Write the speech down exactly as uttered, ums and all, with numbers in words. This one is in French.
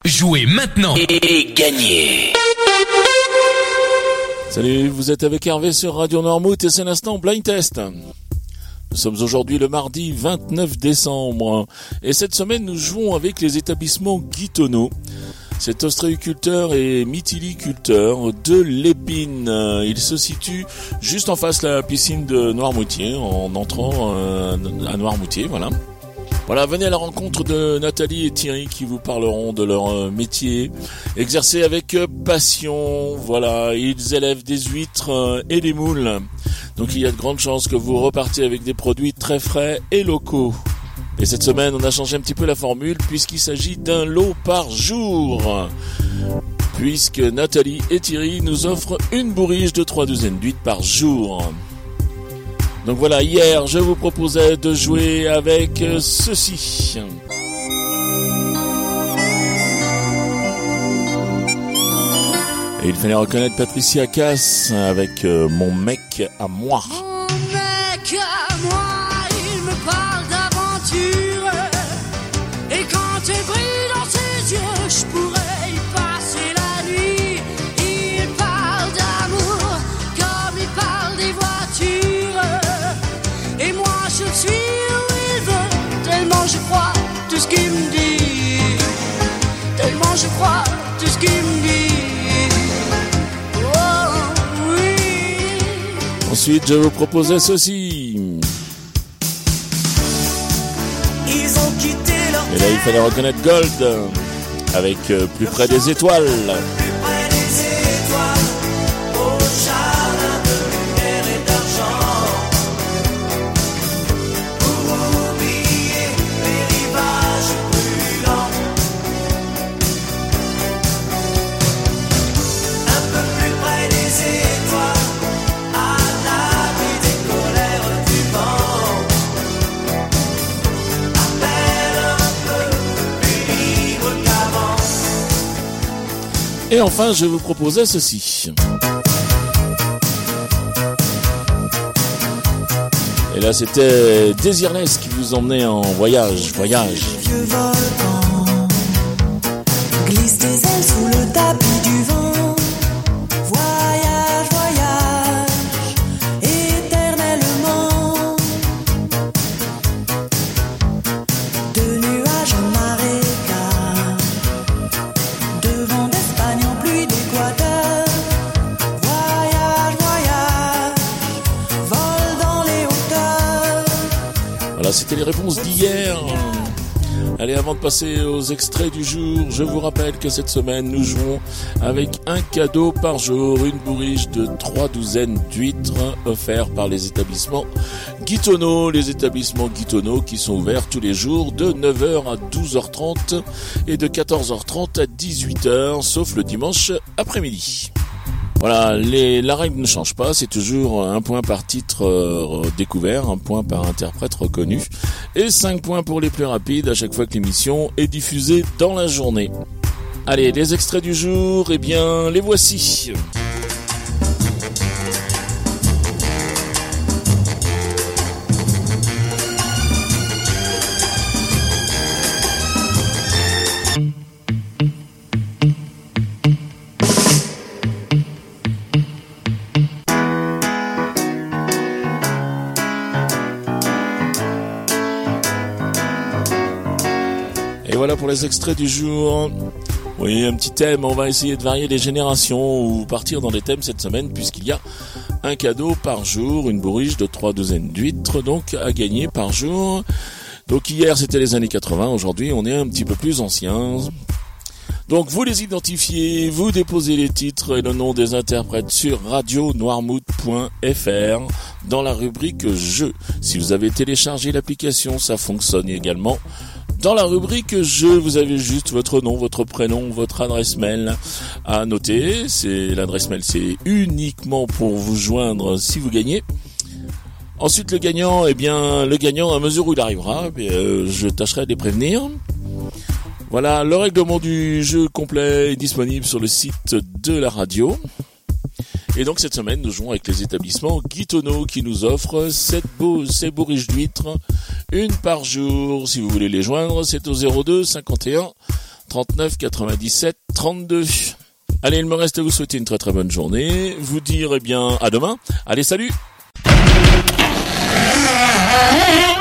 Jouez maintenant et, et gagnez. Salut, vous êtes avec Hervé sur Radio Noirmouth et c'est l'instant Blind Test. Nous sommes aujourd'hui le mardi vingt-neuf décembre et cette semaine nous jouons avec les établissements Guitonneau. C'est ostréiculteur et mytiliculteur de l'Épine. Il se situe juste en face de la piscine de Noirmoutier en entrant euh, à Noirmoutier, voilà. Voilà, venez à la rencontre de Nathalie et Thierry qui vous parleront de leur métier, exercé avec passion. Voilà, ils élèvent des huîtres et des moules. Donc il y a de grandes chances que vous repartiez avec des produits très frais et locaux. Et cette semaine, on a changé un petit peu la formule puisqu'il s'agit d'un lot par jour. Puisque Nathalie et Thierry nous offrent une bourriche de trois douzaines d'huîtres par jour. Donc voilà, hier, je vous proposais de jouer avec ceci. Et il fallait reconnaître Patricia Cass avec euh, Mon mec à moi. Mon mec à moi, il me parle d'aventure. Et quand tu brilles dans ses yeux, je pourrais y passer la nuit. Il parle d'amour comme il parle des voitures. Et moi je suis où il veut, tellement je crois tout ce qu'il me dit. Tellement je crois tout ce qu'il me dit. Oh oui. Ensuite je vous proposais ceci. Ils ont quitté leur Et là il fallait reconnaître Gold avec euh, Plus près des étoiles. plus près des étoiles, au jardin de lumière et d'argent. Pour oublier les rivages brûlants. Un peu plus près des étoiles, à l'abri des colères du vent. À peine un peu plus libre qu'avant. Et enfin je vous proposais ceci. Et là c'était Désirless qui vous emmenait en voyage, voyage. Vieux volcan glisse tes ailes sous le tapis du vent. Voyage, voyage, éternellement. De nuages en marécage, de vent d'Espagne en pluie d'Équateur. Voyage, voyage, vol dans les hauteurs. Voilà, c'était les réponses d'hier. Allez, avant de passer aux extraits du jour, je vous rappelle que cette semaine, nous jouons avec un cadeau par jour, une bourriche de trois douzaines d'huîtres offerts par les établissements Guitonneau. Les établissements Guitonneau qui sont ouverts tous les jours de neuf heures à douze heures trente et de quatorze heures trente à dix-huit heures, sauf le dimanche après-midi. Voilà, les, la règle ne change pas, c'est toujours un point par titre euh, découvert, un point par interprète reconnu, et cinq points pour les plus rapides à chaque fois que l'émission est diffusée dans la journée. Allez, les extraits du jour, eh bien, les voici. Et voilà pour les extraits du jour. Oui, un petit thème, on va essayer de varier les générations ou partir dans des thèmes cette semaine puisqu'il y a un cadeau par jour, une bourriche de trois douzaines d'huîtres donc à gagner par jour. Donc hier c'était les années quatre-vingts, aujourd'hui on est un petit peu plus anciens. Donc vous les identifiez, vous déposez les titres et le nom des interprètes sur radio noirmouth point f r dans la rubrique Jeux. Si vous avez téléchargé l'application, ça fonctionne également. Dans la rubrique Jeux, vous avez juste votre nom, votre prénom, votre adresse mail à noter. C'est l'adresse mail, c'est uniquement pour vous joindre si vous gagnez. Ensuite, le gagnant, eh bien, le gagnant, à mesure où il arrivera, eh bien, euh, je tâcherai de les prévenir. Voilà, le règlement du jeu complet est disponible sur le site de la radio. Et donc cette semaine, nous jouons avec les établissements Guitonneau qui nous offrent cette beau, ces bourriches d'huîtres, une par jour. Si vous voulez les joindre, c'est au zéro deux cinquante et un trente-neuf quatre-vingt-dix-sept trente-deux. Allez, il me reste à vous souhaiter une très très bonne journée, vous dire eh bien à demain. Allez, salut.